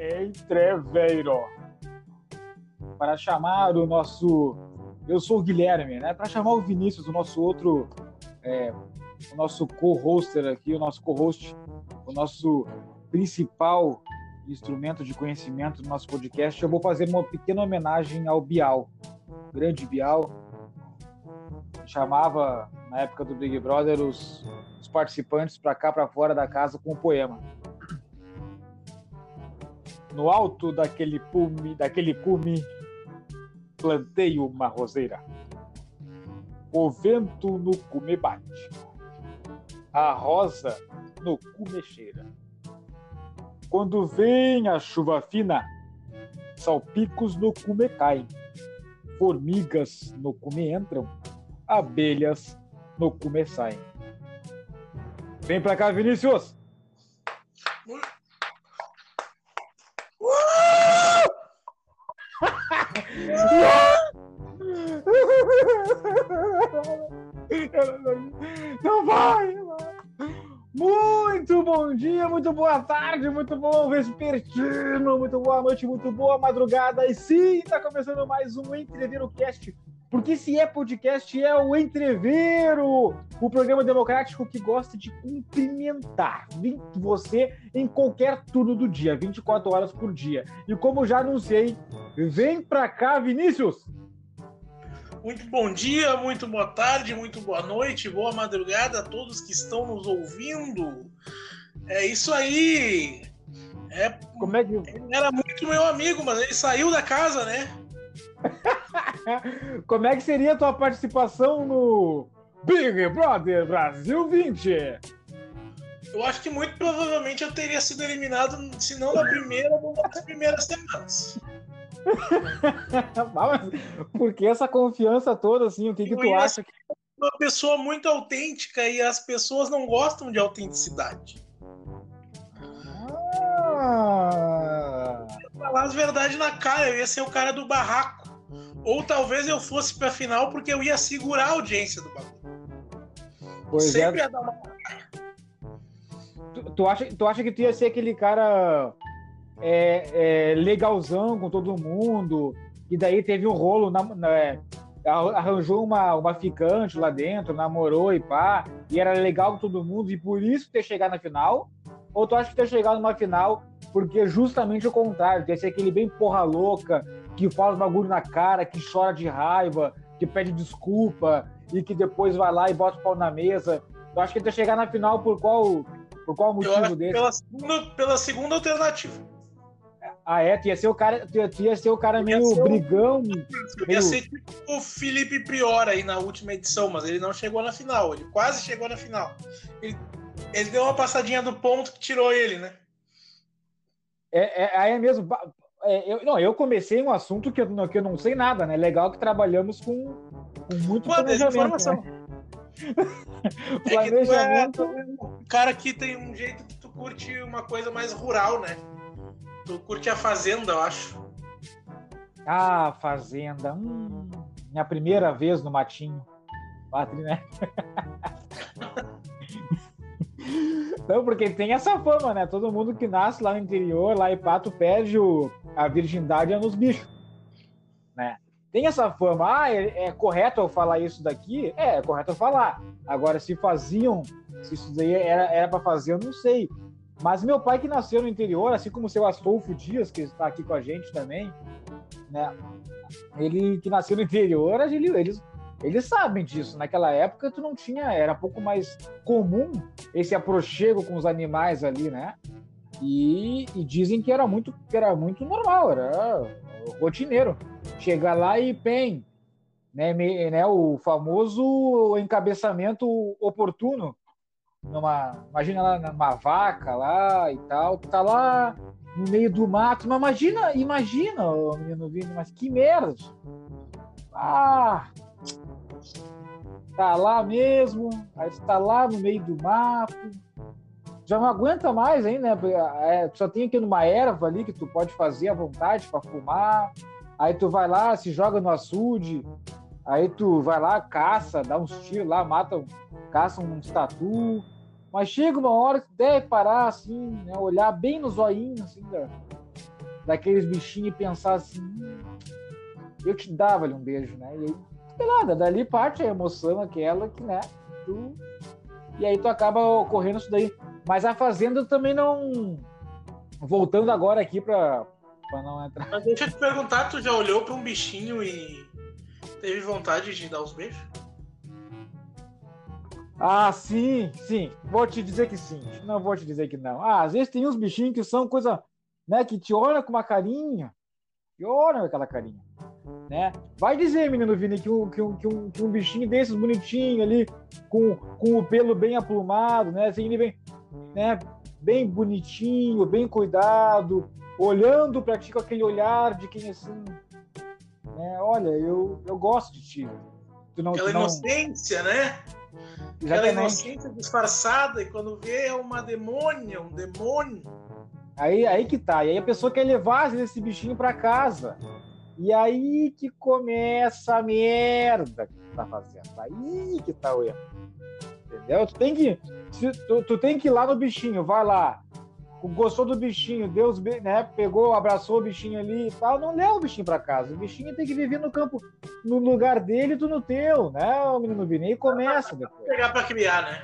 Entreveiro. Para chamar o nosso... Eu sou o Guilherme, né? Para chamar o Vinícius, o nosso outro... o nosso co-hoster aqui, o nosso co-host, o nosso principal instrumento de conhecimento do nosso podcast, eu vou fazer uma pequena homenagem ao Bial. O grande Bial. Chamava, na época do Big Brother, os participantes para cá, para fora da casa com um poema. No alto daquele cume, plantei uma roseira. O vento no cume bate, a rosa no cume cheira. Quando vem a chuva fina, salpicos no cume caem, formigas no cume entram, abelhas no cume saem. Vem pra cá, Vinícius! Não vai! Muito bom dia, muito boa tarde, muito bom vespertino, muito boa noite, muito boa madrugada. E sim, está começando mais um Entreveiro Cast, porque se é podcast, é o Entreveiro, o programa democrático que gosta de cumprimentar você em qualquer turno do dia, 24 horas por dia. E como já anunciei, vem pra cá, Vinícius! Muito bom dia, muito boa tarde, muito boa noite, boa madrugada a todos que estão nos ouvindo. É isso aí. Como é que... Ele era muito meu amigo, mas ele saiu da casa, né? Como é que seria a tua participação no Big Brother Brasil 20? Eu acho que muito provavelmente eu teria sido eliminado, se não na primeira, ou nas primeiras semanas. Por que essa confiança toda, assim? O que tu acha? Uma pessoa muito autêntica e as pessoas não gostam de autenticidade. Eu ia falar as verdades na cara, eu ia ser o cara do barraco. Ou talvez eu fosse pra final porque eu ia segurar a audiência do bagulho. Sempre ia dar uma... Tu acha que tu ia ser aquele cara... legalzão com todo mundo, e daí teve um rolo, arranjou uma ficante lá dentro, namorou e pá, e era legal com todo mundo, e por isso ter chegado na final? Ou tu acha que ter chegado numa final porque justamente o contrário, ter ser aquele bem porra louca, que fala os bagulho na cara, que chora de raiva, que pede desculpa, e que depois vai lá e bota o pau na mesa? Tu acha que ter chegado na final por qual motivo desse? Pela segunda alternativa. Tu ia ser o cara meio brigão. Ia ser tipo o Felipe Prior aí na última edição, mas ele não chegou na final. Ele quase chegou na final. Ele deu uma passadinha do ponto que tirou ele, né? Aí é mesmo. Eu comecei um assunto que eu não sei nada, né? Legal que trabalhamos com muito planejamento. Né? Planejamento. Tu é um cara que tem um jeito que tu curte uma coisa mais rural, né? Tu curte a fazenda, eu acho. Ah, fazenda. Minha primeira vez no matinho. Né? Não, porque tem essa fama, né? Todo mundo que nasce lá no interior, lá em Pato, perde a virgindade nos bichos. Né? Tem essa fama. É correto eu falar isso daqui? É correto eu falar. Agora, se isso daí era pra fazer, eu não sei. Mas meu pai que nasceu no interior, assim como o seu Astolfo Dias, que está aqui com a gente também, né? Ele que nasceu no interior, eles sabem disso. Naquela época tu não tinha, era pouco mais comum esse aproxego com os animais ali, né? E dizem que era muito normal, era rotineiro. Chegar lá e né, o famoso encabeçamento oportuno. Imagina lá numa vaca lá e tal, tu tá lá no meio do mato, mas imagina, menino Vini, mas que merda! Tá lá mesmo, aí tu tá lá no meio do mato, já não aguenta mais, hein, né? Só tem aqui numa erva ali que tu pode fazer à vontade para fumar, aí tu vai lá, se joga no açude, aí tu vai lá, caça, dá uns tiros lá, caça uns tatu, mas chega uma hora que deve parar assim, né, olhar bem no zoinho assim, daqueles bichinhos e pensar assim, eu te dava ali um beijo, né? E aí, sei lá, dali parte a emoção aquela que, né? E aí tu acaba ocorrendo isso daí. Mas a Fazenda também não... Voltando agora aqui pra não entrar... Mas deixa eu te perguntar, tu já olhou pra um bichinho e teve vontade de dar os beijos? Ah, sim. Vou te dizer que sim. Não vou te dizer que não. Ah, às vezes tem uns bichinhos que são coisa, né, que te olham com uma carinha. Te olham com aquela carinha, né? Vai dizer, menino Vini, que um bichinho desses bonitinho ali, com o pelo bem aplumado, né? Assim, ele vem, né, bem bonitinho, bem cuidado, olhando pra ti com aquele olhar de quem, assim, né? Olha, eu gosto de ti. Aquela inocência, né? Exatamente. Aquela inocência disfarçada, e quando vê é uma demônia, um demônio. Aí que tá. E aí a pessoa quer levar esse bichinho pra casa. E aí que começa a merda que tu tá fazendo. Aí que tá o erro. Entendeu? Tu tem que ir lá no bichinho, vai lá. Gostou do bichinho, Deus, né, pegou, abraçou o bichinho ali e tal, não leva o bichinho pra casa. O bichinho tem que viver no campo, no lugar dele e tu no teu, né, o menino Vini? E começa depois. Pegar pra criar, né?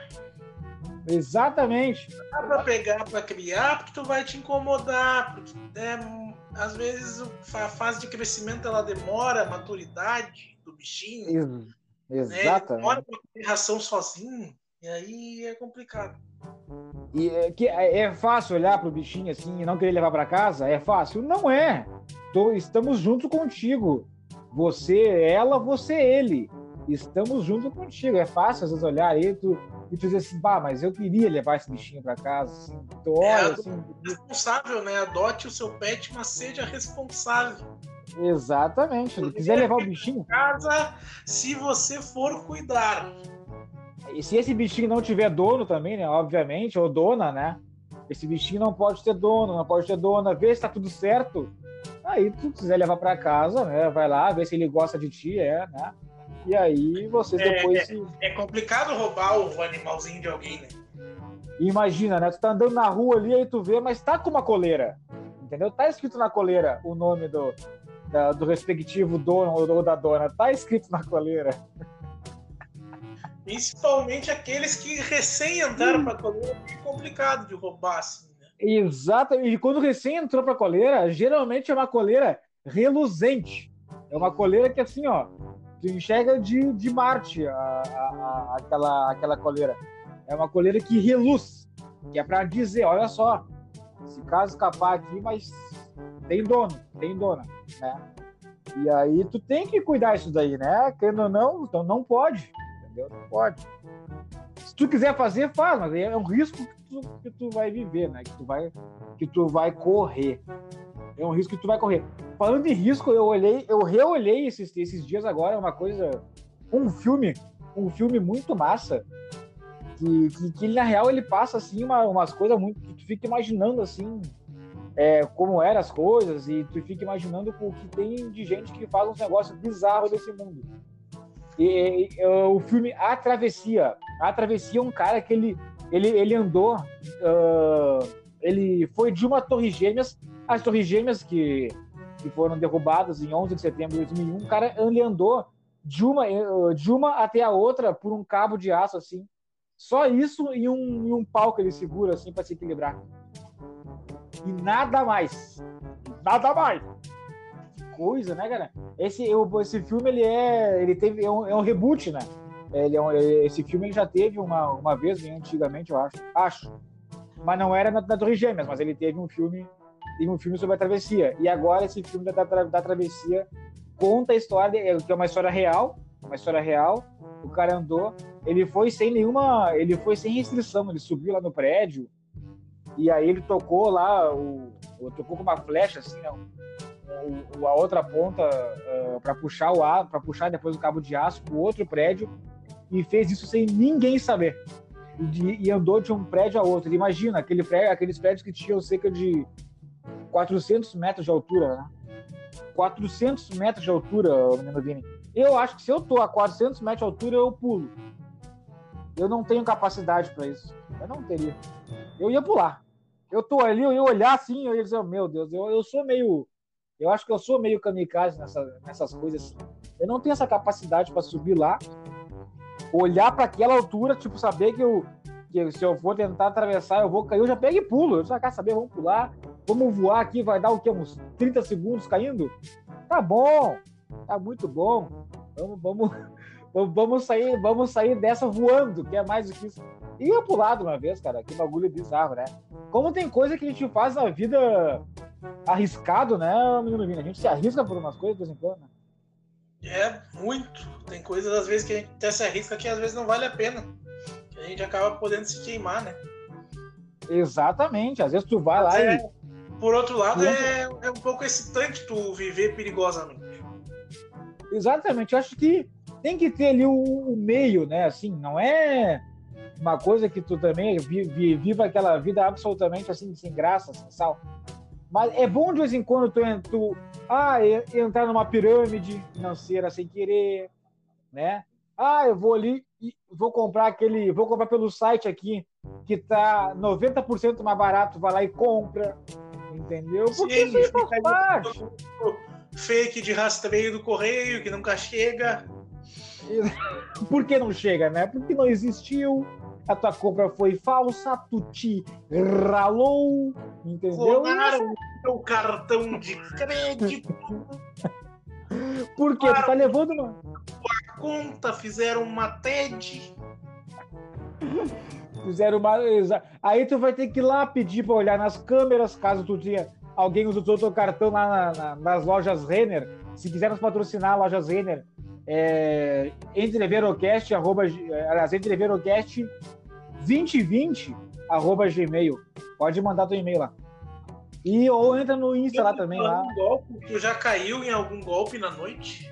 Exatamente. Dá pra pegar pra criar porque tu vai te incomodar, porque às vezes a fase de crescimento ela demora, a maturidade do bichinho. Exatamente. Né? Ele demora pra ter ração sozinho, e aí é complicado. E é fácil olhar pro bichinho assim e não querer levar para casa? É fácil? Não é. Estamos juntos contigo. Você, ela, você, ele. Estamos juntos contigo. É fácil às vezes olhar aí e tu dizer assim, bah, mas eu queria levar esse bichinho para casa. Assim, tu olha assim. Responsável, né? Adote o seu pet, mas seja responsável. Exatamente. Se quiser levar o bichinho. Casa, se você for cuidar. E se esse bichinho não tiver dono também, né? Obviamente, ou dona, né? Esse bichinho não pode ter dono, não pode ter dona. Vê se tá tudo certo. Aí, se tu quiser levar para casa, né? Vai lá, vê se ele gosta de ti, né? E aí, vocês depois... É complicado roubar o animalzinho de alguém, né? Imagina, né? Tu tá andando na rua ali, aí tu vê, mas tá com uma coleira. Entendeu? Tá escrito na coleira o nome do respectivo dono ou da dona. Tá escrito na coleira. Principalmente aqueles que recém entraram para a coleira, é complicado de roubar, assim, né? Exato. E quando recém entrou para a coleira, geralmente é uma coleira reluzente. É uma coleira que, assim, ó, tu enxerga de Marte aquela coleira. É uma coleira que reluz, que é para dizer, olha só, se caso escapar aqui, mas tem dono, tem dona, né? E aí tu tem que cuidar disso daí, né? Querendo ou não, então não pode. Não pode. Se tu quiser fazer, faz, mas é um risco que tu vai viver, né? Que tu vai correr. É um risco que tu vai correr. Falando em risco, eu reolhei esses dias agora uma coisa, um filme muito massa, que na real ele passa assim umas coisas muito que tu fica imaginando assim, como eram as coisas, e tu fica imaginando o que tem de gente que faz uns negócios bizarros desse mundo. O filme A Travessia é um cara que ele andou, ele foi de uma Torre Gêmeas, as Torres Gêmeas que foram derrubadas em 11 de setembro de 2001, o cara ele andou de uma até a outra por um cabo de aço assim, só isso e um pau que ele segura assim para se equilibrar, e nada mais. Coisa, né, cara? Esse filme é um reboot, né? Esse filme ele já teve uma vez, bem antigamente, eu acho. Mas não era na Torre Gêmeas, mas ele teve um filme sobre a travessia. E agora esse filme da travessia conta a história, que é uma história real. O cara andou, ele foi sem restrição, ele subiu lá no prédio e aí ele tocou lá, tocou com uma flecha assim, né? A outra ponta para puxar o ar, para puxar depois o cabo de aço para o outro prédio, e fez isso sem ninguém saber, e andou de um prédio a outro. Imagina aqueles prédios que tinham cerca de 400 metros de altura, né? 400 metros de altura, menino Vini. Eu acho que se eu tô a 400 metros de altura, eu pulo. Eu não tenho capacidade para isso. Eu não teria. Eu ia pular. Eu tô ali, eu ia olhar assim, eu ia dizer, meu Deus, eu sou meio. Eu acho que eu sou meio kamikaze nessas coisas assim. Eu não tenho essa capacidade para subir lá, olhar para aquela altura, tipo, saber que se eu for tentar atravessar, eu vou cair, eu já pego e pulo. Eu já quero saber, vamos pular, vamos voar aqui, vai dar o quê? Uns 30 segundos caindo? Tá bom, tá muito bom. Vamos sair dessa voando, que é mais do que isso. E eu pulado uma vez, cara, que bagulho bizarro, né? Como tem coisa que a gente faz na vida arriscado, né, menino Vini? A gente se arrisca por umas coisas de vez em quando, né? É, muito. Tem coisas, às vezes, que a gente até se arrisca que às vezes não vale a pena. Que a gente acaba podendo se queimar, né? Exatamente. Às vezes tu vai Mas lá por outro lado, é um pouco excitante tu viver perigosamente. Exatamente. Eu acho que tem que ter ali o meio, né? Assim, não é uma coisa que tu também viva aquela vida absolutamente assim, sem graça, sem sal. Mas é bom de vez em quando entrar numa pirâmide financeira sem querer, né? Eu vou ali e vou comprar pelo site aqui que tá 90% mais barato, vai lá e compra, entendeu? Porque Sim, isso aí faz parte. Fake de rastreio do correio que nunca chega. Por que não chega, né? Porque não existiu, a tua compra foi falsa, tu te ralou, entendeu? Clonaram o teu cartão de crédito. Por quê? Tu tá levando uma conta, fizeram uma TED. Fizeram uma. Aí tu vai ter que ir lá pedir para olhar nas câmeras, caso tu tinha. Alguém usou o teu cartão lá nas lojas Renner. Se quiser nos patrocinar, lojas Renner, entreverocast, entreverocast 2020, @gmail. Pode mandar teu e-mail lá. Ou entra no Insta lá também. Lá. Tu já caiu em algum golpe na noite?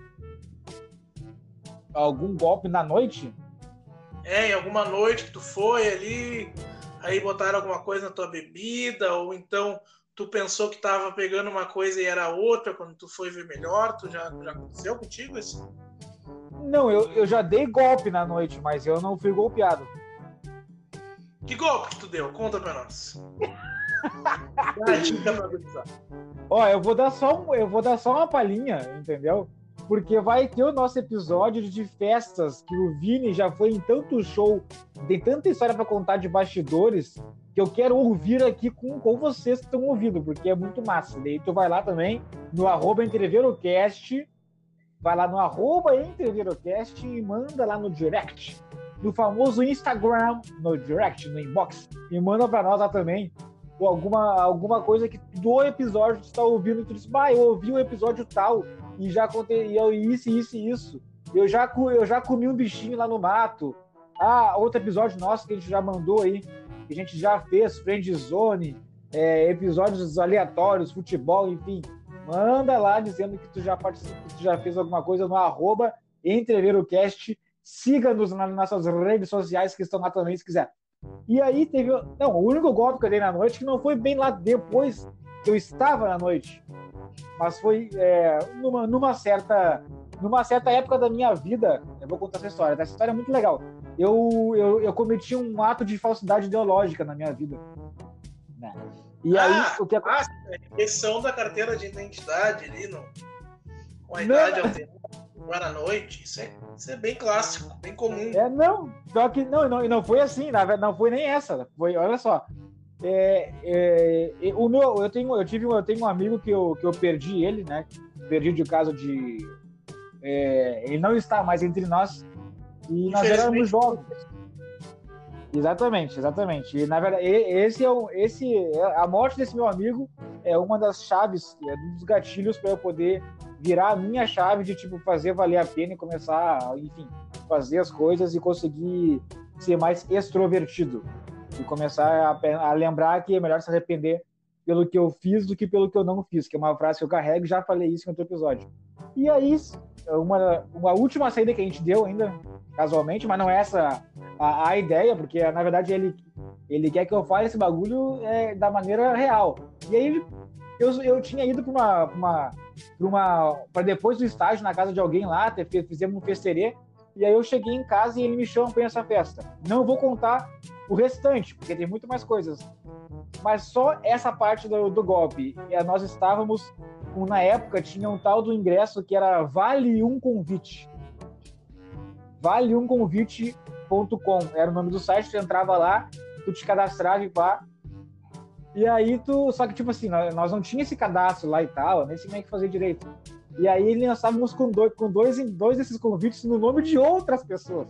Algum golpe na noite? Em alguma noite que tu foi ali, aí botaram alguma coisa na tua bebida, ou então tu pensou que tava pegando uma coisa e era outra, quando tu foi ver melhor, já aconteceu contigo isso? Não, eu já dei golpe na noite, mas eu não fui golpeado. Que golpe que tu deu? Conta pra nós. Dá a dica pra avisar. Eu vou dar só uma palhinha, entendeu? Porque vai ter o nosso episódio de festas, que o Vini já foi em tanto show, tem tanta história para contar de bastidores, que eu quero ouvir aqui com vocês que estão ouvindo, porque é muito massa. Daí tu vai lá também, no @entreverocast, vai lá no @entreverocast e manda lá no direct, no famoso Instagram, no direct, no inbox, e manda para nós lá também, ou alguma coisa que do episódio tu está ouvindo, tu diz, eu ouvi o episódio tal, e já contei isso. Eu já comi um bichinho lá no mato. Outro episódio nosso que a gente já mandou aí, que a gente já fez, Friendzone, episódios aleatórios, futebol, enfim. Manda lá dizendo que tu já participa, que tu já fez alguma coisa no @entreverocast. Siga-nos nas nossas redes sociais que estão lá também, se quiser. E aí teve... Não, o único golpe que eu dei na noite, que não foi bem lá depois que eu estava na noite, mas foi numa certa época da minha vida. Eu vou contar essa história. Essa história é muito legal. Eu cometi um ato de falsidade ideológica na minha vida, né? E aí o que aconteceu? Questão da carteira de identidade ali, com a idade alterada agora à noite. Isso é bem clássico, bem comum. Não, só que não foi assim. Na verdade, não foi nem essa. Foi, olha só. Eu tenho um amigo que eu perdi ele, né? Perdi de caso de... ele não está mais entre nós e nós éramos jovens. Exatamente. E na verdade, a morte desse meu amigo é uma das chaves, um dos gatilhos para eu poder virar a minha chave de tipo fazer valer a pena e começar, enfim, fazer as coisas e conseguir ser mais extrovertido. E começar a lembrar que é melhor se arrepender pelo que eu fiz do que pelo que eu não fiz, que é uma frase que eu carrego, já falei isso em outro episódio. E aí, uma última saída que a gente deu ainda, casualmente, mas não é essa a ideia, porque na verdade ele quer que eu fale esse bagulho da maneira real. E aí eu tinha ido para depois do estágio na casa de alguém lá, fizemos um festerê, e aí eu cheguei em casa e ele me chama para essa festa. Não vou contar o restante, porque tem muito mais coisas. mas só essa parte do golpe. E nós estávamos, na época, tinha um tal do ingresso que era Vale um Convite. Valeumconvite.com era o nome do site, tu entrava lá, tu te cadastrava e pá. E aí só que tipo assim, nós não tinha esse cadastro lá e tal, nem sei como é que fazer direito. E aí nós estávamos com dois desses convites no nome de outras pessoas.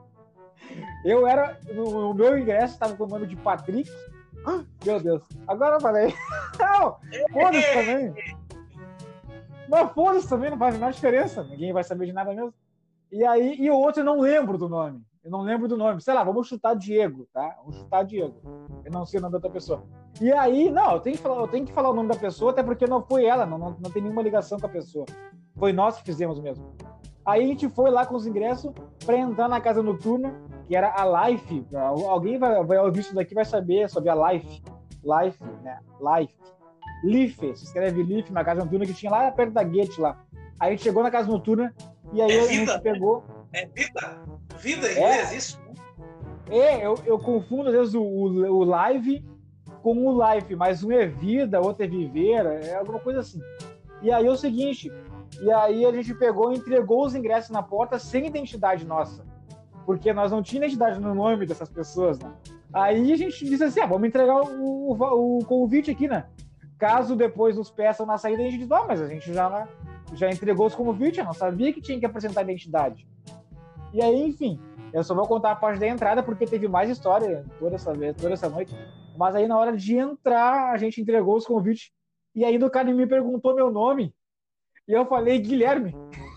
O meu ingresso estava com o nome de Patrick. Meu Deus, agora eu falei. Não, foda-se também. Mas foda-se também, não faz a menor diferença, ninguém vai saber de nada mesmo. E o outro eu não lembro do nome. Sei lá, vamos chutar Diego, tá? Vamos chutar Diego. Eu não sei o nome da outra pessoa. E aí, não, eu tenho que falar o nome da pessoa, até porque não foi ela, não tem nenhuma ligação com a pessoa. Foi nós que fizemos mesmo. Aí a gente foi lá com os ingressos para entrar na casa noturna, que era a Life. Alguém vai ouvir isso daqui vai saber sobre a Life. Life, né? Life. Se escreve Life, uma casa noturna que tinha lá perto da Guete lá. Aí a gente chegou na casa noturna e aí a gente pegou... É vida? Vida em inglês, isso? Eu confundo às vezes o live com o life, mas um é vida, outro é viver, é alguma coisa assim. E aí é o seguinte, a gente pegou e entregou os ingressos na porta sem identidade nossa, porque nós não tínhamos identidade no nome dessas pessoas, né? Aí a gente disse assim, vamos entregar o convite aqui, né? Caso depois nos peçam na saída, a gente diz, mas a gente já entregou os convites, eu não sabia que tinha que apresentar identidade. E aí, enfim, eu só vou contar a parte da entrada, porque teve mais história toda essa noite. Mas aí, na hora de entrar, a gente entregou os convites. E aí, o cara me perguntou meu nome. E eu falei, Guilherme.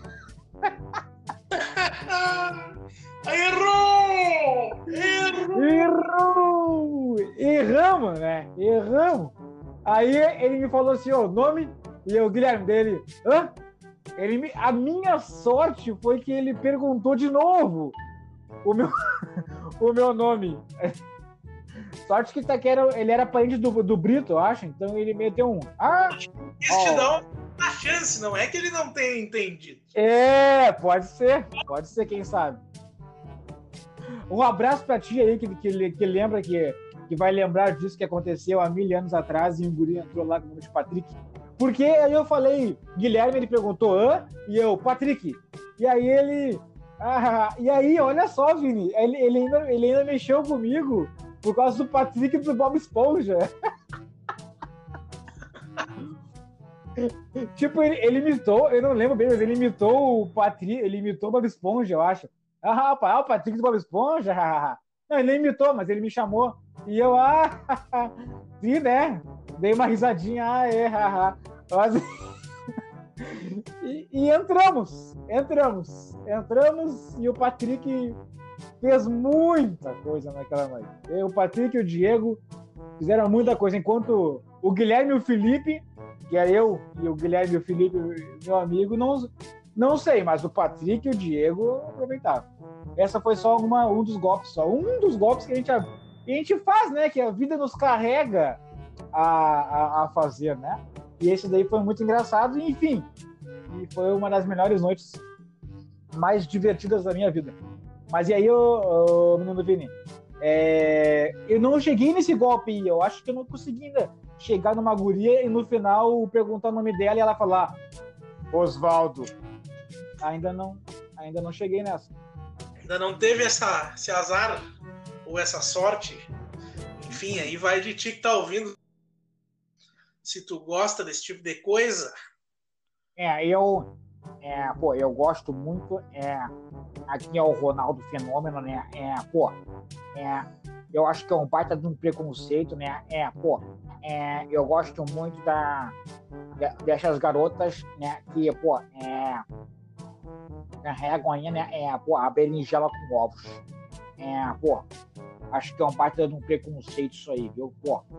Erramos, né? Erramos. Aí, ele me falou assim, nome. E eu, Guilherme, dele, hã? A minha sorte foi que ele perguntou de novo o meu nome. Sorte que ele era parente do Brito, eu acho. Então ele meteu um. Isso te dá uma chance, não é que ele não tenha entendido. Pode ser, quem sabe. Um abraço pra ti aí que lembra que vai lembrar disso que aconteceu há 1000 anos atrás e um guri entrou lá com o nome de Patrick. Porque aí eu falei, Guilherme, ele perguntou, e eu, Patrick. E aí ele... e aí, olha só, Vini, ele ainda mexeu comigo por causa do Patrick do Bob Esponja. Tipo, ele imitou, eu não lembro bem, mas ele imitou o Patrick, ele imitou o Bob Esponja, eu acho. O Patrick do Bob Esponja, Não, ele nem imitou, mas ele me chamou. E eu, sim, né? Dei uma risadinha, Mas... e entramos, e o Patrick fez muita coisa naquela noite. O Patrick e o Diego fizeram muita coisa, enquanto o Guilherme e o Felipe, que é eu e o Guilherme e o Felipe, meu amigo, não sei, mas o Patrick e o Diego aproveitaram. Essa foi só um dos golpes que a gente faz, né? Que a vida nos carrega a fazer, né? E esse daí foi muito engraçado, e enfim, e foi uma das melhores noites mais divertidas da minha vida. Mas e aí, menino Vini, eu não cheguei nesse golpe, eu acho que eu não consegui ainda chegar numa guria e no final perguntar o nome dela e ela falar Osvaldo. Ainda não cheguei nessa. Ainda não teve esse azar ou essa sorte. Enfim, aí vai de ti que tá ouvindo. Se tu gosta desse tipo de coisa. Eu gosto muito. Aqui é o Ronaldo Fenômeno, né? Eu acho que é um baita de um preconceito, né? Eu gosto muito dessas garotas, né? Que, carregam aí, né? A berinjela com ovos. Acho que é um baita de um preconceito isso aí, viu?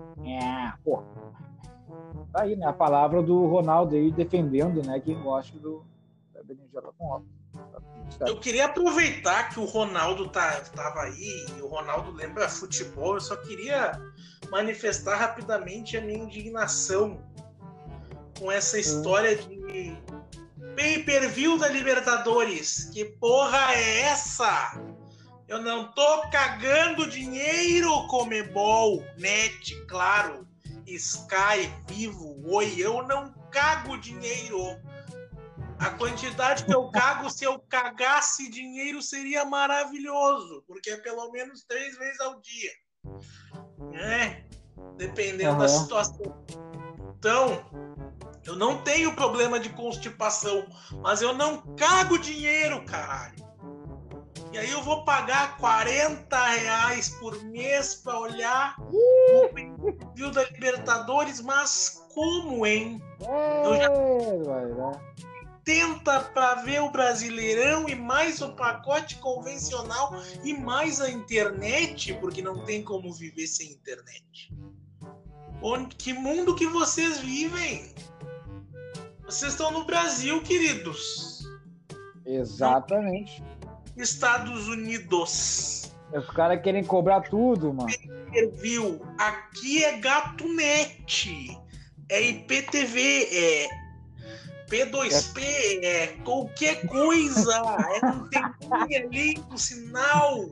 Tá aí, né? A palavra do Ronaldo aí defendendo, né? Quem gosta da berinjela com ovos. Eu queria aproveitar que o Ronaldo tava aí e o Ronaldo lembra futebol. Eu só queria manifestar rapidamente a minha indignação com essa história de pay-per-view da Libertadores. Que porra é essa? Eu não tô cagando dinheiro, Comebol, Net, claro, Sky, Vivo, Oi, eu não cago dinheiro. A quantidade que eu cago, se eu cagasse dinheiro, seria maravilhoso, porque é pelo menos 3 vezes ao dia, né? Dependendo da situação. Então, eu não tenho problema de constipação, mas eu não cago dinheiro, caralho. E aí eu vou pagar R$40 por mês para olhar o pay-per-view da Libertadores, mas como, hein? Eu já tenta para ver o Brasileirão e mais o pacote convencional e mais a internet, porque não tem como viver sem internet. Que mundo que vocês vivem? Vocês estão no Brasil, queridos. Exatamente. Estados Unidos. Os caras querem cobrar tudo, mano. Viu? Aqui é GatoNet, é IPTV, é P2P, é qualquer coisa, é anteninha ali no sinal.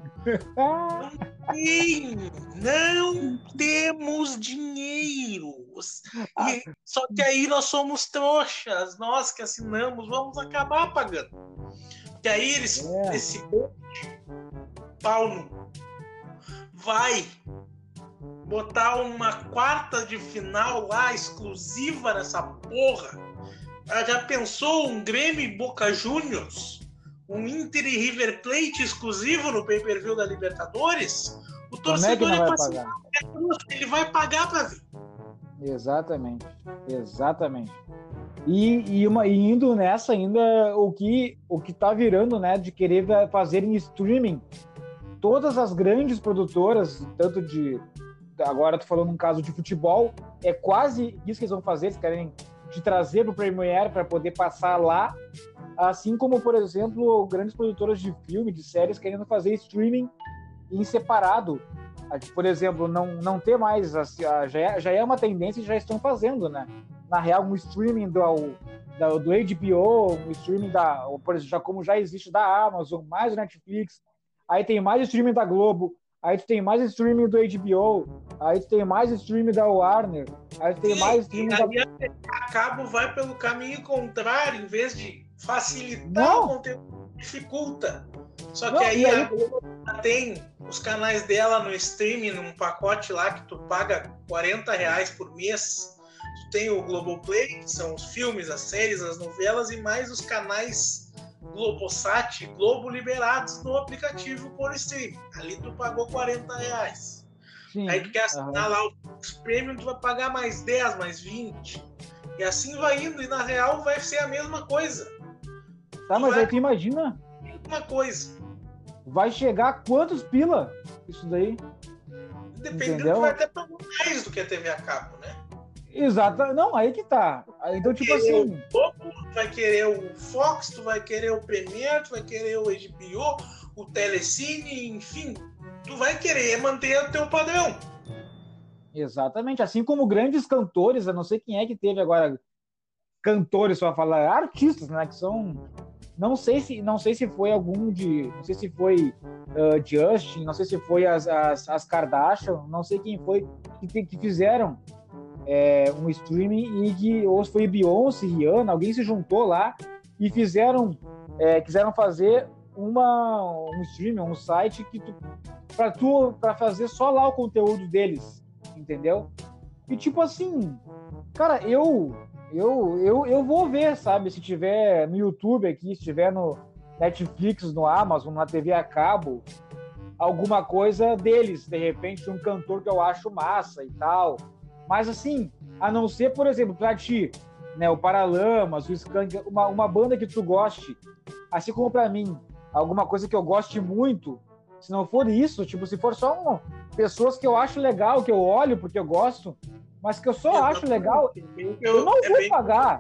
Não temos dinheiro. Só que aí nós somos trouxas, nós que assinamos, vamos acabar pagando. Que aí esse Paulo vai botar uma quarta de final lá, exclusiva nessa porra. Já pensou um Grêmio e Boca Juniors? Um Inter e River Plate exclusivo no pay-per-view da Libertadores? O torcedor ele vai pagar para ver. Exatamente. E indo nessa ainda, o que tá virando, né, de querer fazer em streaming, todas as grandes produtoras, tanto de, agora tô falando um caso de futebol, é quase isso que eles vão fazer, eles querem te trazer pro Premiere para poder passar lá, assim como, por exemplo, grandes produtoras de filme, de séries, querendo fazer streaming em separado. Por exemplo, não ter mais, já é uma tendência e já estão fazendo, né? Na real, um streaming do HBO, um streaming por exemplo, como já existe da Amazon, mais do Netflix, aí tem mais streaming da Globo, aí tu tem mais streaming do HBO, aí tu tem mais streaming da Warner, aí tu tem mais streaming a cabo vai pelo caminho contrário, em vez de facilitar o conteúdo, dificulta. Só que aí a Globo tem os canais dela no streaming, num pacote lá que tu paga R$40 por mês. Tu tem o Globoplay, que são os filmes, as séries, as novelas, e mais os canais Globosat e Globo liberados no aplicativo por streaming. Ali tu pagou R$40. Sim, aí tu quer assinar lá os premium, tu vai pagar mais 10, mais 20. E assim vai indo, e na real vai ser a mesma coisa. Tá, mas aí tu imagina... Uma coisa. Vai chegar a quantos pila isso daí? Dependendo, vai até pagar mais do que a TV a cabo, né? Exato. Não, aí que tá. Então, tipo assim... Tu vai querer o Fox, tu vai querer o Premiere, tu vai querer o HBO, o Telecine, enfim. Tu vai querer manter o teu padrão. Exatamente. Assim como grandes cantores, eu não sei quem é que teve agora cantores, só falar artistas, né? Que são... Não sei se foi algum de... Não sei se foi Justin, não sei se foi as Kardashian, não sei quem foi que fizeram um streaming ou foi Beyoncé, Rihanna, alguém se juntou lá e quiseram fazer um streaming, um site para fazer só lá o conteúdo deles, entendeu? E tipo assim, cara, eu vou ver, sabe? Se tiver no YouTube aqui, se tiver no Netflix, no Amazon, na TV a cabo, alguma coisa deles, de repente, um cantor que eu acho massa e tal. Mas assim, a não ser, por exemplo, pra ti, né, o Paralamas, o Skank, uma banda que tu goste, assim como pra mim, alguma coisa que eu goste muito, se não for isso, tipo, se for só pessoas que eu acho legal, que eu olho porque eu gosto, mas que eu só acho legal, eu não vou pagar.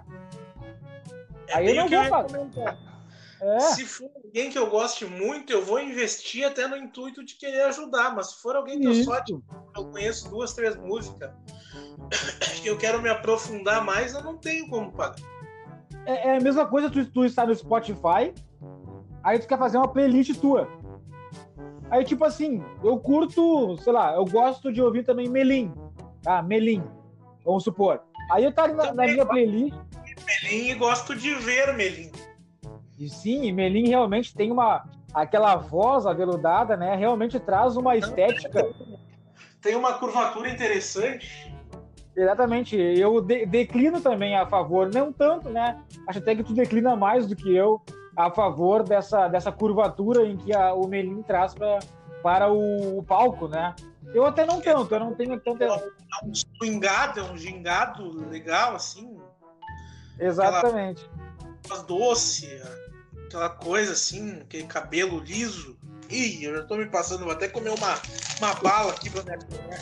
Aí eu não vou pagar. Se for alguém que eu goste muito, eu vou investir até no intuito de querer ajudar, mas se for alguém que eu conheço 2, 3 músicas, que eu quero me aprofundar mais, eu não tenho como pagar. É a mesma coisa tu está no Spotify, aí tu quer fazer uma playlist tua. Aí, tipo assim, eu curto, sei lá, eu gosto de ouvir também Melim, tá? Melim, vamos supor. Aí eu tá na Também minha gosto playlist, de Melim e gosto de ver Melim. e sim, Melim realmente tem aquela voz aveludada, né? Realmente traz uma estética. Tem uma curvatura interessante. Exatamente, eu declino também a favor, não tanto, né? Acho até que tu declina mais do que eu a favor dessa curvatura em que o Melim traz para o palco, né? Eu até não tanto, eu não tenho tanta. É um swingado, é um gingado legal, assim. Aquela Exatamente. voz doce, aquela coisa assim, aquele cabelo liso. Ih, eu já tô me passando, vou até comer uma bala aqui pra minha comer.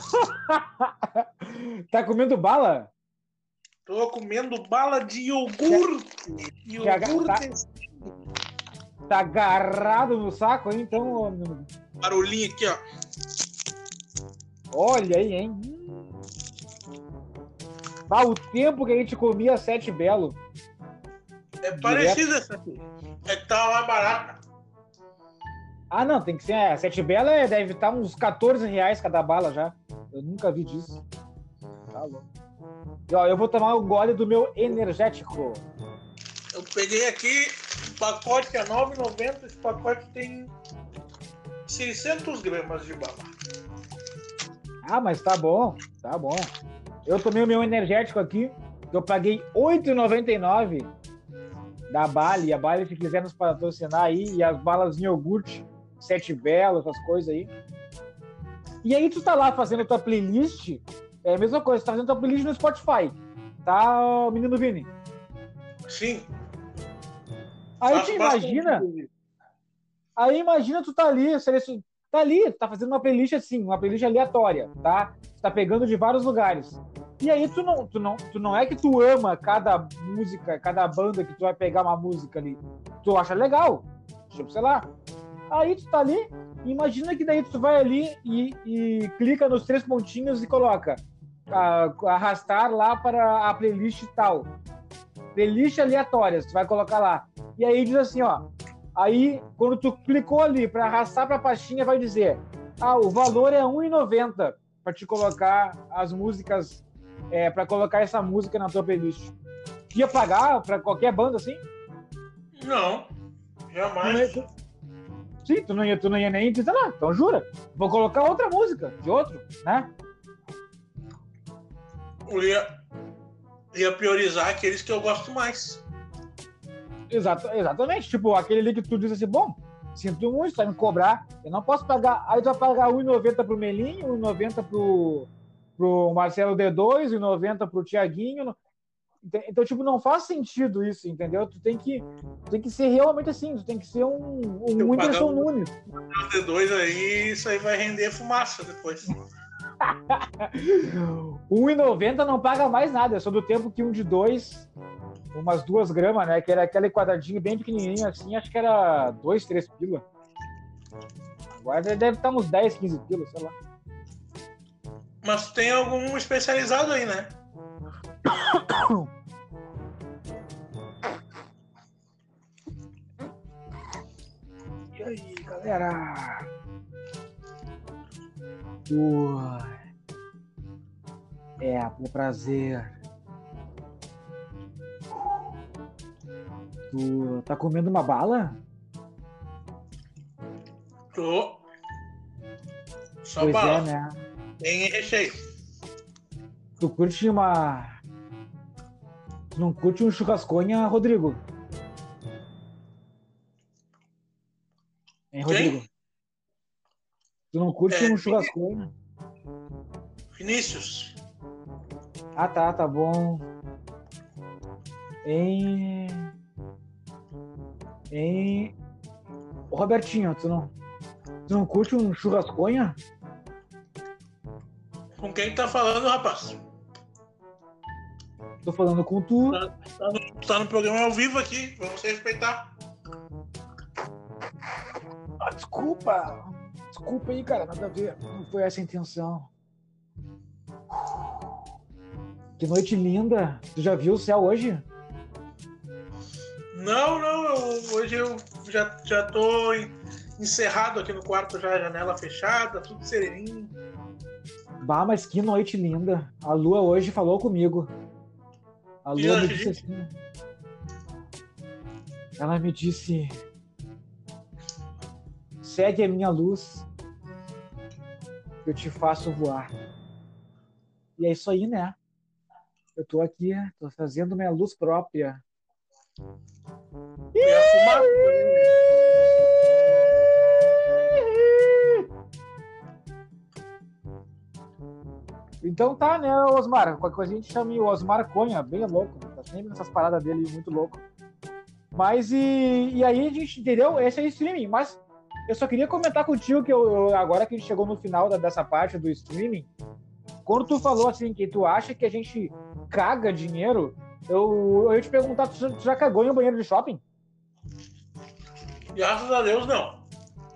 Tá comendo bala? Tô comendo bala de iogurte. Iogurte. Tá agarrado no saco, hein? Então. Barulhinho aqui, ó. Olha aí, hein? Ah, o tempo que a gente comia Sete Belo. É parecida essa aqui. É que tá mais barata. Ah, não, tem que ser. Sete Belo deve estar uns R$14 cada bala já. Eu nunca vi disso. Tá louco. E, ó, eu vou tomar um gole do meu energético. Eu peguei aqui, o pacote é R$ 9,90. Esse pacote tem 600 gramas de bala. Ah, mas tá bom, tá bom. Eu tomei o meu energético aqui, eu paguei R$ 8,99 da Bali. A Bali, se quiser nos patrocinar aí, e as balas de iogurte, Sete Belo, essas coisas aí. E aí tu tá lá fazendo tua playlist, é a mesma coisa, tu tá fazendo tua playlist no Spotify, tá, menino Vini? Sim. Aí tu imagina, tu tá ali, tá fazendo uma playlist assim, uma playlist aleatória, tá? Tu tá pegando de vários lugares. E aí tu não é que tu ama cada música, cada banda que tu vai pegar uma música ali. Tu acha legal, tipo, sei lá. Aí tu tá ali, imagina que daí tu vai ali e clica nos 3 pontinhos e coloca arrastar lá para a playlist tal. Playlist aleatórias, tu vai colocar lá. E aí diz assim, ó. Aí, quando tu clicou ali para arrastar para a pastinha, vai dizer: o valor é R$1,90 para te colocar as músicas, para colocar essa música na tua playlist. Tu ia pagar para qualquer banda assim? Não, jamais. Sim, tu não ia nem dizer, não, então jura. Vou colocar outra música, de outro, né? Eu ia priorizar aqueles que eu gosto mais. Exatamente. Tipo, aquele ali que tu diz assim, bom, sinto muito, vai me cobrar. Eu não posso pagar. Aí tu vai pagar R$1,90 pro Melinho, R$1,90 pro Marcelo D2, R$1,90 pro Tiaguinho. Então, tipo, não faz sentido isso, entendeu? Tu tem que ser realmente assim, tu tem que ser um Whindersson Nunes. O D2 aí, isso aí vai render fumaça depois. R$1,90 não paga mais nada, é só do tempo que um de 2, umas 2 gramas, né? Que era aquele quadradinho bem pequenininho assim, acho que era 2, 3 pila. Agora deve estar uns 10, 15 pila, sei lá. Mas tu tem algum especializado aí, né? E aí, galera? Por prazer. Tu tá comendo uma bala? Tô. Só Pois bala. é, né? Tem recheio. Tu curte uma... Tu não curte um churrasconha, Rodrigo? Hein, Rodrigo? Quem? Tu não curte um churrasconha? Vinícius. Ah, tá bom. Hein? Ô, Robertinho, tu não curte um churrasconha? Com quem tá falando, rapaz? Tô falando com tu. Tá no programa ao vivo aqui, vamos se respeitar. Desculpa aí, cara, nada a ver. Não foi essa a intenção. Que noite linda. Tu já viu o céu hoje? Não, hoje eu já tô encerrado aqui no quarto já, janela fechada, tudo sereninho. Bah, mas que noite linda. A Lua hoje falou comigo. A Lua me disse assim. Ela me disse: segue a minha luz, eu te faço voar. E é isso aí, né? Eu tô aqui, tô fazendo minha luz própria. E a fumaça. Então tá, né, Osmar? Qualquer coisa a gente chama o Osmar Conha, bem louco. Tá sempre nessas paradas dele, muito louco. Mas e aí a gente entendeu? Esse é o streaming. Mas eu só queria comentar contigo que agora que a gente chegou no final dessa parte do streaming, quando tu falou assim que tu acha que a gente caga dinheiro, eu ia te perguntar, tu já cagou em um banheiro de shopping? Graças a Deus, não.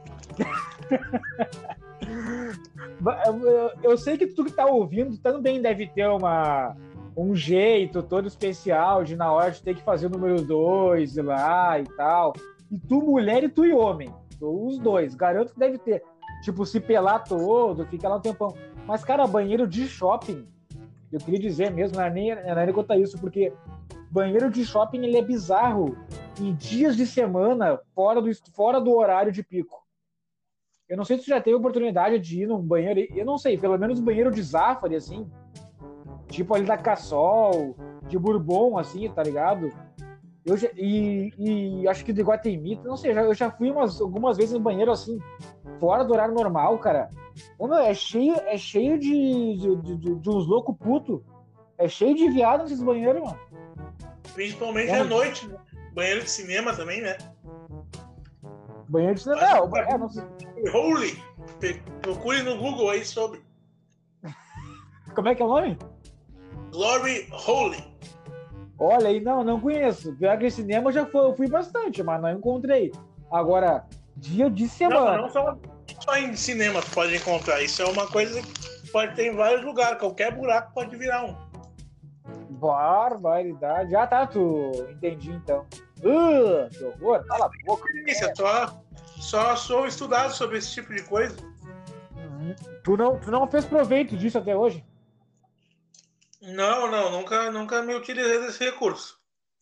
Eu sei que tu que tá ouvindo também deve ter um jeito todo especial de na hora de ter que fazer o número 2 ir lá e tal. E tu mulher e tu e homem. Os dois. Garanto que deve ter. Tipo, se pelar todo, fica lá um tempão. Mas, cara, banheiro de shopping, eu queria dizer mesmo, não é nem contar isso, porque banheiro de shopping ele é bizarro em dias de semana fora do horário de pico. Eu não sei se tu já teve oportunidade de ir num banheiro, eu não sei, pelo menos banheiro de Zafari, assim, tipo ali da Cassol, de Bourbon, assim, tá ligado? E acho que do Iguatemi, não sei, eu já fui algumas vezes no banheiro, assim, fora do horário normal, cara. É cheio de uns loucos putos. É cheio de viado nesses banheiros, mano. Principalmente à noite, né? Banheiro de cinema também, né? Banheiro de cinema. Não sei. Holy! Procure no Google aí sobre. Como é que é o nome? Glory Holy. Olha aí, não conheço. Pior que cinema eu fui bastante, mas não encontrei. Agora, dia de semana. Não só em cinema tu pode encontrar. Isso é uma coisa que pode ter em vários lugares. Qualquer buraco pode virar um. Barbaridade. Ah, tá, tu entendi então. Que horror. Cala a boca. Só sou estudado sobre esse tipo de coisa. Uhum. Tu não fez proveito disso até hoje? Não, nunca me utilizei desse recurso.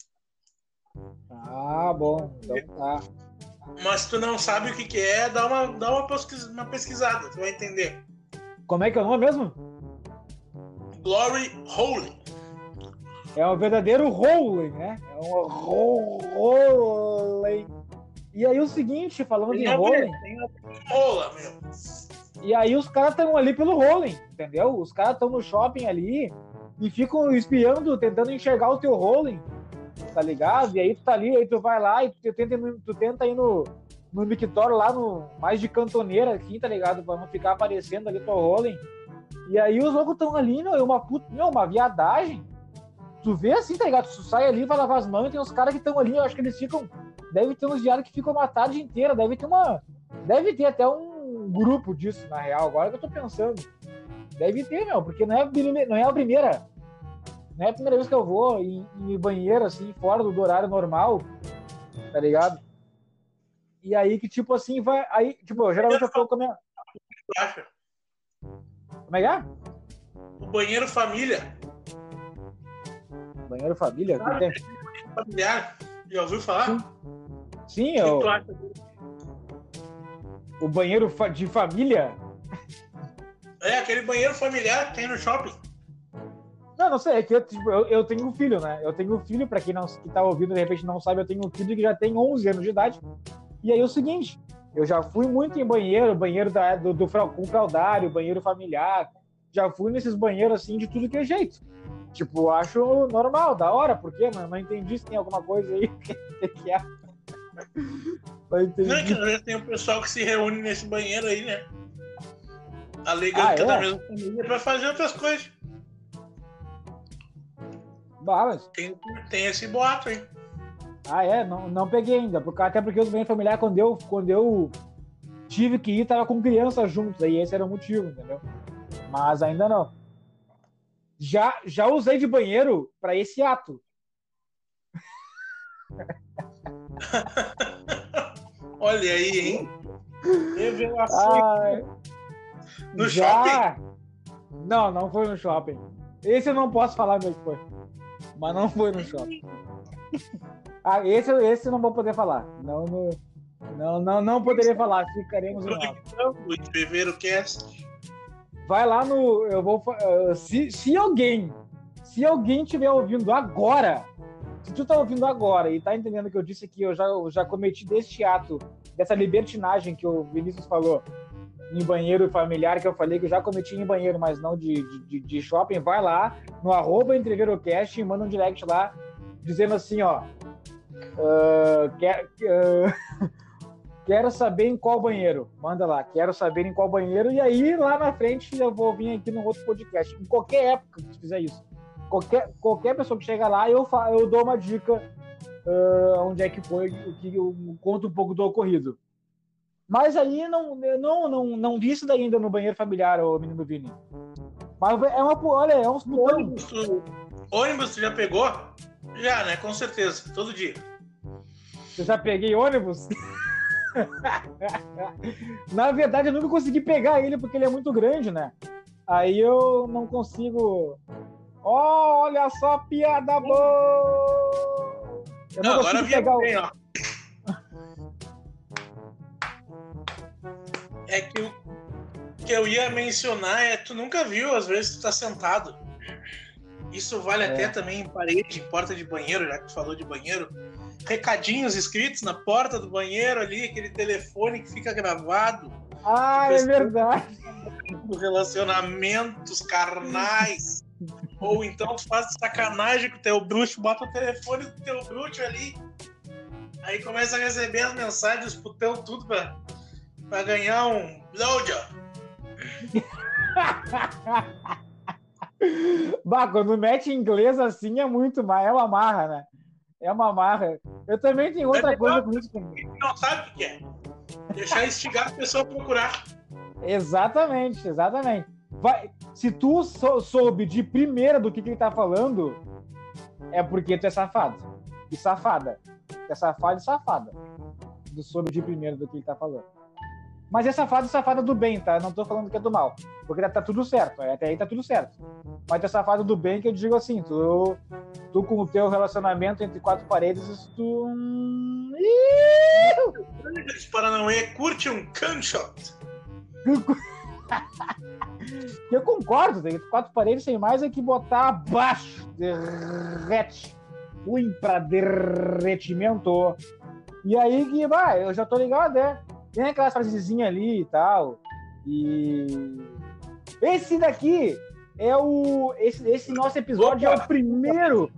Ah, bom, então tá. Mas se tu não sabe o que é, dá uma pesquisada, tu vai entender. Como é que é o nome mesmo? Glory Holy. É um verdadeiro rolling, né? É um rolling. E aí o seguinte, falando em rolling... Rola, meu. E aí os caras estão ali pelo rolling, entendeu? Os caras estão no shopping ali e ficam espiando, tentando enxergar o teu rolling, tá ligado? E aí tu tá ali, aí tu vai lá e tu tenta ir no mictório lá no mais de cantoneira aqui, tá ligado? Pra não ficar aparecendo ali teu rolling. E aí os loucos estão ali, meu, uma viadagem. Tu vê assim, tá ligado? Tu sai ali, vai lavar as mãos e tem uns caras que estão ali, eu acho que eles ficam... Deve ter uns viados que ficam uma tarde inteira, deve ter até um grupo disso, na real, agora que eu tô pensando. Deve ter, meu, porque não é a primeira. Não é a primeira vez que eu vou em banheiro, assim, fora do horário normal, tá ligado? E aí que, tipo assim, vai... Aí, tipo, geralmente eu tô com a minha... Como é que é? O banheiro família. Banheiro família? Claro, tem? Familiar. Já ouviu falar? Sim, que tu acha? O banheiro de família? É, aquele banheiro familiar que tem no shopping. Não sei, é que eu tenho um filho, né? Eu tenho um filho, pra quem que tá ouvindo, de repente não sabe, eu tenho um filho que já tem 11 anos de idade. E aí é o seguinte, eu já fui muito em banheiro do com fraldário, banheiro familiar. Já fui nesses banheiros, assim, de tudo que é jeito. Tipo, acho normal, da hora, por quê? Não entendi se tem alguma coisa aí que é. Não entendi. Não, que tem um pessoal que se reúne nesse banheiro aí, né? Alegando que é da mesma família pra fazer outras coisas. Balas. Tem esse boato aí. Ah, é? Não peguei ainda. Até porque os banheiros familiares, quando eu tive que ir, tava com crianças juntos. Aí esse era o motivo, entendeu? Mas ainda não. Já usei de banheiro para esse ato. Olha aí, hein? Revelação. No shopping? Não foi no shopping. Esse eu não posso falar onde foi. Mas não foi no shopping. Esse eu não vou poder falar. Não poderia falar. Ficaremos no ar. Vai lá no... Eu vou... Se alguém estiver ouvindo agora, se tu tá ouvindo agora e tá entendendo que eu disse que eu já cometi deste ato, dessa libertinagem que o Vinícius falou, em banheiro familiar, que eu falei que eu já cometi em banheiro, mas não de shopping, vai lá no @entreverocast e manda um direct lá, dizendo assim, ó, quero saber em qual banheiro. Manda lá, quero saber em qual banheiro, e aí lá na frente eu vou vir aqui no outro podcast. Em qualquer época que tu fizer isso. Qualquer pessoa que chega lá, eu dou uma dica onde é que foi, que eu conto um pouco do ocorrido. Mas aí não vi isso daí ainda no banheiro familiar, ô menino Vini. Mas é uns botão. Ônibus tu já pegou? Já, né? Com certeza, todo dia. Eu já peguei ônibus? Na verdade, eu nunca consegui pegar ele porque ele é muito grande, né? Aí eu não consigo... Olha só, piada boa! Eu não agora consigo pegar bem, ó. É que o que eu ia mencionar é tu nunca viu, às vezes tu tá sentado. Isso vale até também em parede, em porta de banheiro, já que tu falou de banheiro. Recadinhos escritos na porta do banheiro ali, aquele telefone que fica gravado. É verdade. Relacionamentos carnais. Ou então tu faz sacanagem com o teu bruxo, bota o telefone do teu bruxo ali. Aí começa a receber as mensagens, os putão, tudo pra ganhar um blowjob. Bah, quando mete em inglês assim é muito, mas é uma marra, né? É uma marra. Eu também tenho outra coisa com isso. Não sabe o que é. Deixar instigar a pessoa a procurar. Exatamente. Se tu soube de primeira do que ele tá falando, é porque tu é safado. E safada. Tu é safado e safada. Tu soube de primeira do que ele tá falando. Mas é safado e safada do bem, tá? Não tô falando que é do mal. Porque tá tudo certo. Até aí tá tudo certo. Mas tu é safado do bem, que eu digo assim, tu com o teu relacionamento entre quatro paredes, tu... Paranauê curte um gunshot. Eu concordo, tem quatro paredes sem mais é que botar abaixo, derrete, ruim pra derretimento. E aí que, eu já tô ligado, né? Tem aquelas frasezinhas ali e tal. E esse daqui é esse nosso episódio. Opa! É o primeiro.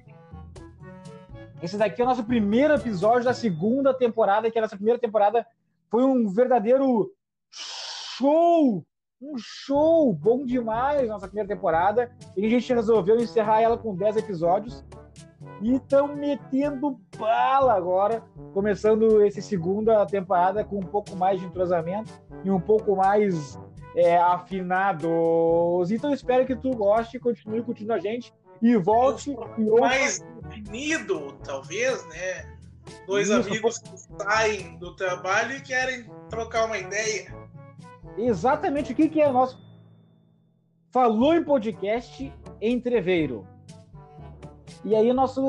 Esse daqui é o nosso primeiro episódio da segunda temporada, que a nossa primeira temporada foi um verdadeiro show! Um show bom demais, nossa primeira temporada. E a gente resolveu encerrar ela com 10 episódios. E estão metendo bala agora, começando essa segunda temporada com um pouco mais de entrosamento e um pouco mais afinados. Então espero que tu goste, continue curtindo a gente e volte. Mais definido, talvez, né? Dois amigos que saem do trabalho e querem trocar uma ideia. Exatamente o que é o nosso Falou em Podcast Entreveiro. E aí a nossa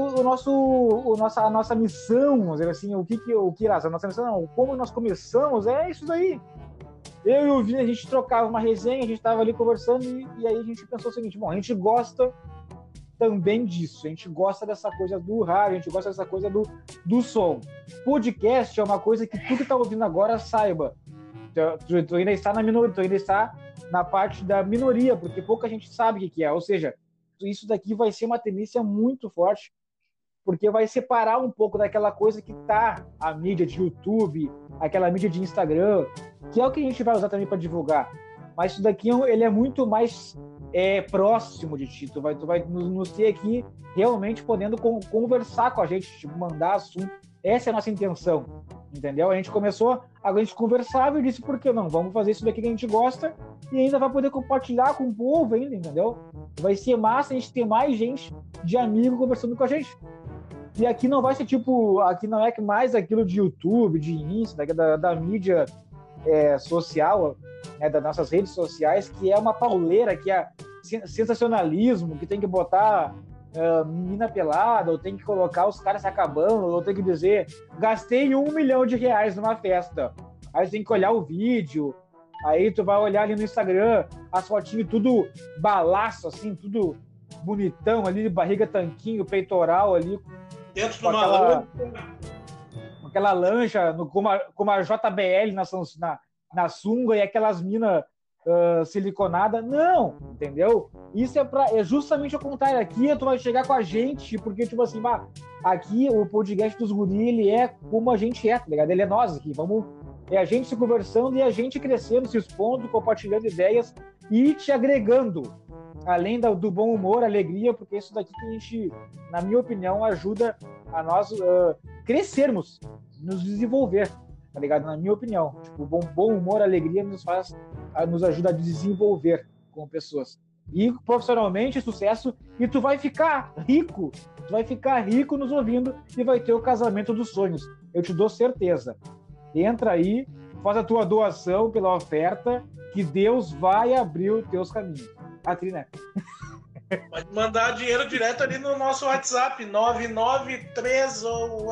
missão, vamos dizer assim, a nossa missão não, como nós começamos, é isso daí. Eu e o Vini, a gente trocava uma resenha, a gente estava ali conversando e aí a gente pensou o seguinte, bom, a gente gosta também disso, a gente gosta dessa coisa do rádio, a gente gosta dessa coisa do som. Podcast é uma coisa que tu que está ouvindo agora saiba. Tu ainda está na minoria, tu ainda está na parte da minoria, porque pouca gente sabe o que é, ou seja, isso daqui vai ser uma tendência muito forte, porque vai separar um pouco daquela coisa que tá a mídia de YouTube, aquela mídia de Instagram, que é o que a gente vai usar também para divulgar. Mas isso daqui ele é muito mais próximo de ti. Tu vai nos ter aqui realmente podendo conversar com a gente, tipo, mandar assunto. Essa é a nossa intenção, entendeu? A gente começou, a gente conversava e disse, por que não? Vamos fazer isso daqui que a gente gosta e ainda vai poder compartilhar com o povo ainda, entendeu? Vai ser massa a gente ter mais gente de amigo conversando com a gente. E aqui não vai ser tipo, aqui não é mais aquilo de YouTube, de Insta, da mídia social, né, das nossas redes sociais, que é uma pauleira, que é sensacionalismo, que tem que botar menina pelada, ou tem que colocar os caras se acabando, ou tem que dizer, gastei R$1 milhão numa festa. Aí você tem que olhar o vídeo, aí tu vai olhar ali no Instagram, as fotinhas tudo balaço, assim, tudo bonitão ali, barriga tanquinho, peitoral ali. Dentro de uma lancha. Aquela lancha, com uma JBL na sunga e aquelas minas siliconada, não, entendeu? Isso é justamente o contrário. Aqui tu vai chegar com a gente, porque, tipo assim, aqui o podcast dos guri, ele é como a gente tá ligado? Ele é nós aqui, é a gente se conversando e a gente crescendo, se expondo, compartilhando ideias e te agregando, além do bom humor, alegria, porque isso daqui que a gente, na minha opinião, ajuda a nós crescermos, nos desenvolver, tá ligado? Na minha opinião, tipo, bom humor, alegria nos ajuda a desenvolver como pessoas. E profissionalmente, sucesso, e tu vai ficar rico nos ouvindo e vai ter o casamento dos sonhos. Eu te dou certeza. Entra aí, faz a tua doação pela oferta, que Deus vai abrir os teus caminhos. Né? Pode mandar dinheiro direto ali no nosso WhatsApp, 993 ou...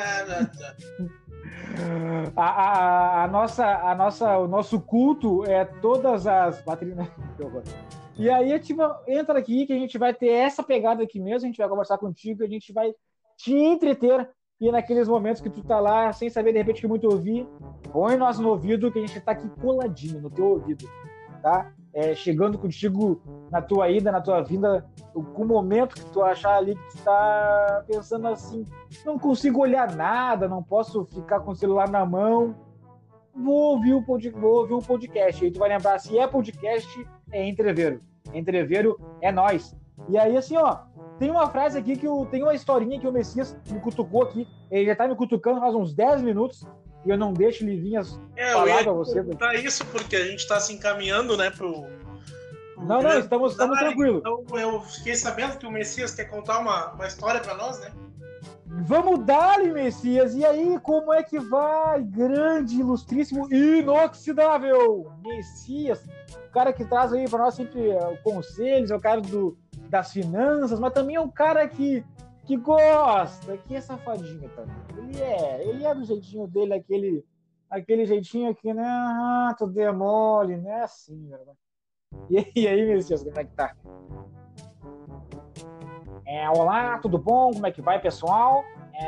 O nosso culto é todas as... E aí, tipo, entra aqui que a gente vai ter essa pegada aqui mesmo, a gente vai conversar contigo, a gente vai te entreter, e naqueles momentos que tu tá lá, sem saber de repente que muito ouvir, põe nós no ouvido, que a gente tá aqui coladinho no teu ouvido, tá? Chegando contigo na tua ida, na tua vinda, com o momento que tu achar ali que tu tá pensando assim, não consigo olhar nada, não posso ficar com o celular na mão, vou ouvir um podcast. Aí tu vai lembrar, se é podcast, é Entreveiro. Entreveiro é nós. E aí, assim, ó, tem uma frase aqui tem uma historinha que o Messias me cutucou aqui, ele já tá me cutucando faz uns 10 minutos, e eu não deixo ele vir falar pra você. Tá isso porque a gente tá se encaminhando, né, pro não, estamos tranquilos. Então eu fiquei sabendo que o Messias quer contar uma história pra nós, né? Vamos dar-lhe, Messias. E aí, como é que vai? Grande, ilustríssimo, inoxidável Messias, o cara que traz aí pra nós sempre conselhos, é o cara das finanças, mas também é um cara que gosta, que é safadinho também. Ele é do jeitinho dele, aquele jeitinho que, né? Tu dê mole, né? Assim, verdade. E aí, Messias, como é que tá? Olá, tudo bom? Como é que vai, pessoal?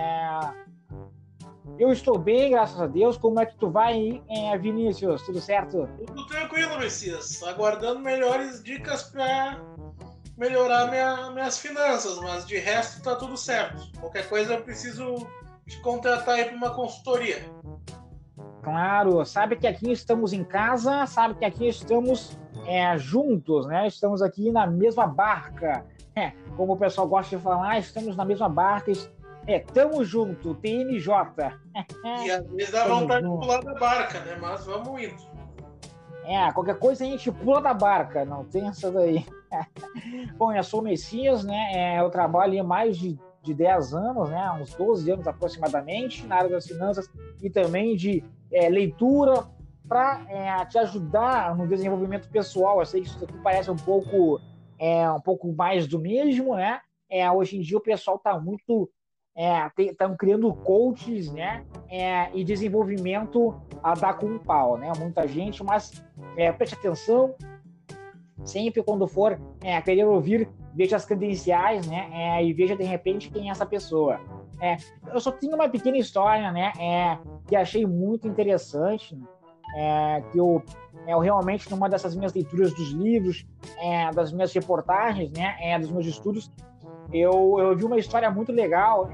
Eu estou bem, graças a Deus. Como é que tu vai, Vinícius? Tudo certo? Tudo tranquilo, Messias. Aguardando melhores dicas para melhorar minhas finanças, mas de resto tá tudo certo. Qualquer coisa eu preciso te contratar aí para uma consultoria. Claro, sabe que aqui estamos em casa, sabe que aqui estamos juntos, né? Estamos aqui na mesma barca. Como o pessoal gosta de falar, estamos na mesma barca. Tamo junto, TNJ. E às vezes dá vontade de pular da barca, né? Mas vamos indo. Qualquer coisa a gente pula da barca, não tem essa daí. Bom, eu sou o Messias, né? Eu trabalho há mais de 10 anos, né? Uns 12 anos aproximadamente, na área das finanças e também de leitura para te ajudar no desenvolvimento pessoal. Eu sei que isso aqui parece um pouco mais do mesmo, né? Hoje em dia o pessoal está muito... estão criando coaches, né? E desenvolvimento a dar com um pau, né? Muita gente, mas preste atenção, sempre quando for querer ouvir, veja as credenciais, né? E veja de repente quem é essa pessoa. Eu só tenho uma pequena história, né? Que achei muito interessante, que eu realmente, numa dessas minhas leituras dos livros, das minhas reportagens, né? Dos meus estudos, eu vi uma história muito legal.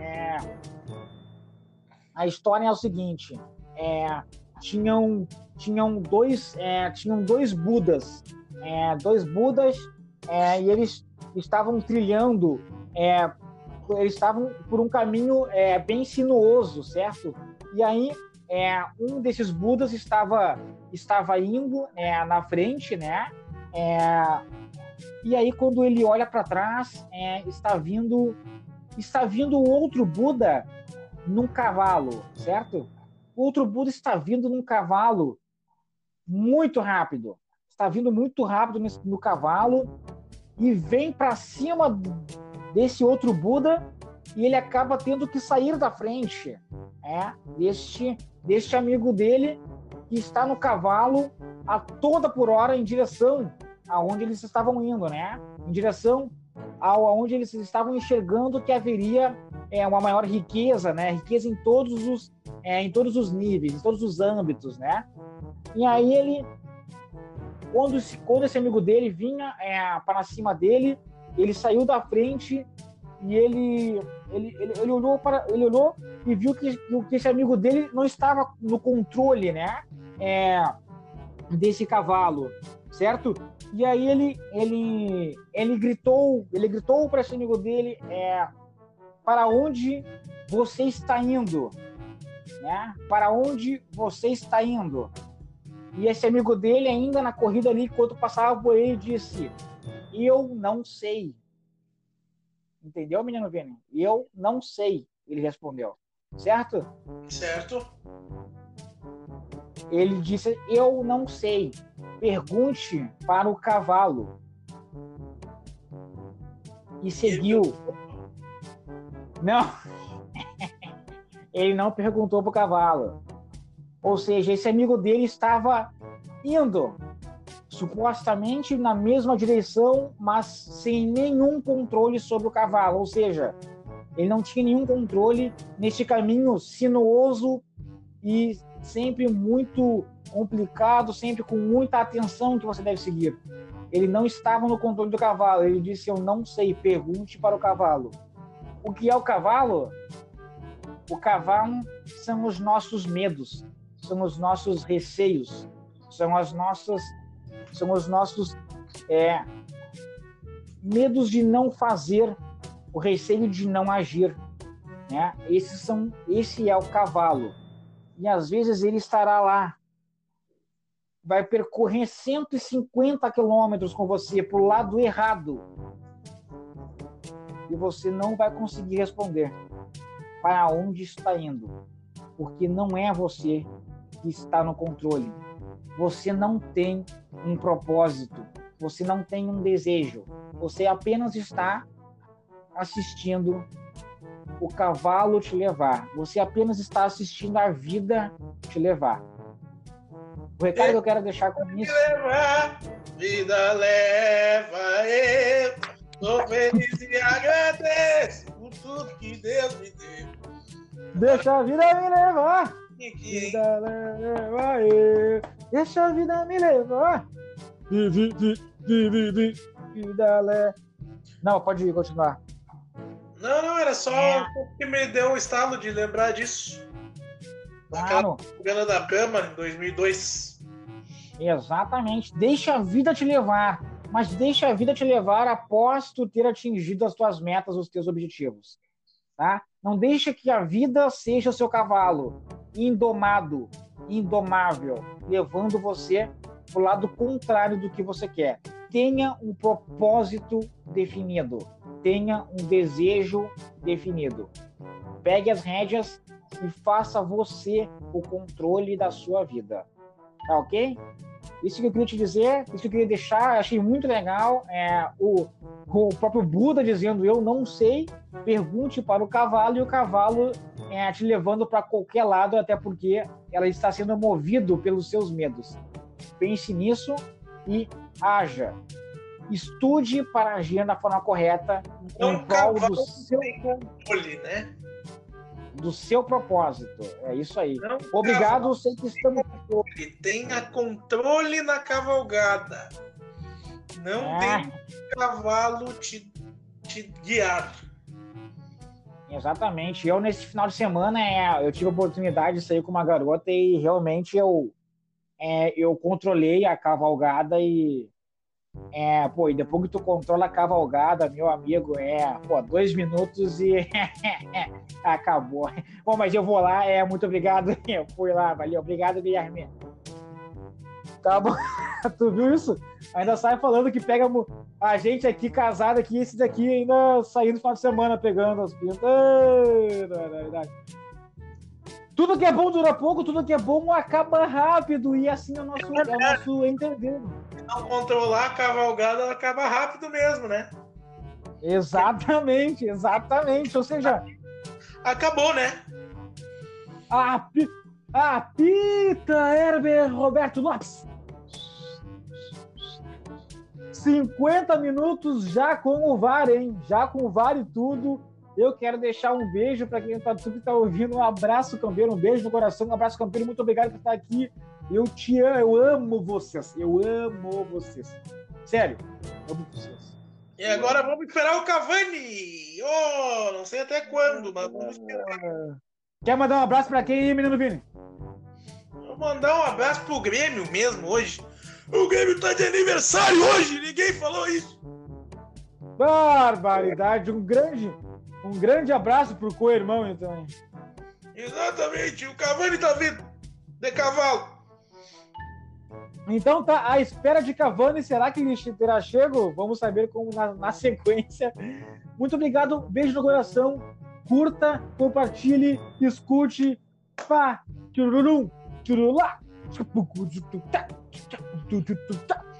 A história é o seguinte: tinham dois Budas, e eles estavam trilhando, eles estavam por um caminho bem sinuoso, certo? E aí um desses Budas estava indo na frente, né? E aí quando ele olha para trás, está vindo outro Buda num cavalo, certo? O outro Buda está vindo num cavalo muito rápido. Está vindo muito rápido no cavalo e vem para cima desse outro Buda e ele acaba tendo que sair da frente, deste amigo dele que está no cavalo a toda por hora em direção aonde eles estavam indo, né? Em direção aonde eles estavam enxergando que haveria uma maior riqueza, né? Riqueza em todos os níveis, em todos os âmbitos, né? E aí quando esse amigo dele vinha para cima dele, ele saiu da frente e ele olhou e viu que esse amigo dele não estava no controle, né? Desse cavalo, certo? E aí ele gritou para esse amigo dele, para onde você está indo, né? Para onde você está indo? E esse amigo dele, ainda na corrida ali, enquanto passava por ele, disse: eu não sei. Entendeu, menino Vini? Eu não sei, ele respondeu. Certo? Certo. Ele disse: eu não sei. Pergunte para o cavalo. E seguiu. Não. Ele não perguntou para o cavalo. Ou seja, esse amigo dele estava indo supostamente na mesma direção, mas sem nenhum controle sobre o cavalo. Ou seja, ele não tinha nenhum controle nesse caminho sinuoso e sempre muito complicado, sempre com muita atenção que você deve seguir. Ele não estava no controle do cavalo. Ele disse: eu não sei, pergunte para o cavalo. O que é o cavalo? O cavalo são os nossos medos, são os nossos receios, são os nossos medos de não fazer, o receio de não agir, né? Esse é o cavalo. E às vezes ele estará lá, vai percorrer 150 quilômetros com você para o lado errado e você não vai conseguir responder para onde está indo, porque não é você que está no controle. Você não tem um propósito, você não tem um desejo, você apenas está assistindo o cavalo te levar, você apenas está assistindo a vida te levar. O recado que eu quero deixar com isso... Vida leva, eu sou feliz e agradeço por tudo que Deus me deu. Deixa a vida me levar. Vida leva eu. Deixa a vida me levar. Vida leva. Não, pode continuar. Não, era só que me deu um estalo de lembrar disso. Claro. Aquela da Brahma em 2002. Exatamente. Deixa a vida te levar. Mas deixa a vida te levar após tu ter atingido as tuas metas, os teus objetivos. Tá? Não deixa que a vida seja o seu cavalo, indomado, indomável, levando você para o lado contrário do que você quer. Tenha um propósito definido, tenha um desejo definido. Pegue as rédeas e faça você o controle da sua vida. Tá ok? Isso que eu queria te dizer, isso que eu queria deixar, achei muito legal. O próprio Buda dizendo: eu não sei, pergunte para o cavalo, e o cavalo te levando para qualquer lado, até porque ela está sendo movido pelos seus medos. Pense nisso e haja. Estude para agir da forma correta em prol do seu controle, né? Do seu propósito. É isso aí. Não, obrigado, eu sei que estamos... Tenha controle na cavalgada. Não tem cavalo te guiar. Exatamente. Eu, nesse final de semana, eu tive a oportunidade de sair com uma garota e realmente eu controlei a cavalgada e e depois que tu controla a cavalgada, meu amigo, 2 minutos e acabou. Bom, mas eu vou lá, muito obrigado, eu fui lá, valeu, obrigado, Guilherme. Tá bom, tu viu isso? Ainda sai falando que pega a gente aqui, casado aqui, esse daqui ainda saindo no final de semana, pegando as pintas. Tudo que é bom dura pouco, tudo que é bom acaba rápido. E assim é o nosso entender. Se não controlar a cavalgada, ela acaba rápido mesmo, né? Exatamente. Ou seja, acabou, né? Apita Herbert Roberto Lopes. 50 minutos já com o VAR, hein? Já com o VAR e tudo. Eu quero deixar um beijo para quem está ouvindo. Um abraço, Campeiro. Um beijo no coração. Um abraço, Campeiro. Muito obrigado por estar aqui. Eu te amo. Eu amo vocês. Eu amo vocês. Sério. Amo vocês. E agora vamos esperar o Cavani. Não sei até quando, mas vamos esperar. Quer mandar um abraço para quem, menino Vini? Vou mandar um abraço pro Grêmio mesmo hoje. O Grêmio tá de aniversário hoje. Ninguém falou isso. Barbaridade. Um grande abraço pro co-irmão, então. Exatamente, o Cavani tá vindo de cavalo. Então tá, à espera de Cavani, será que ele terá chego? Vamos saber como na sequência. Muito obrigado, beijo no coração, curta, compartilhe, escute, pá, tchururum, tchurulá,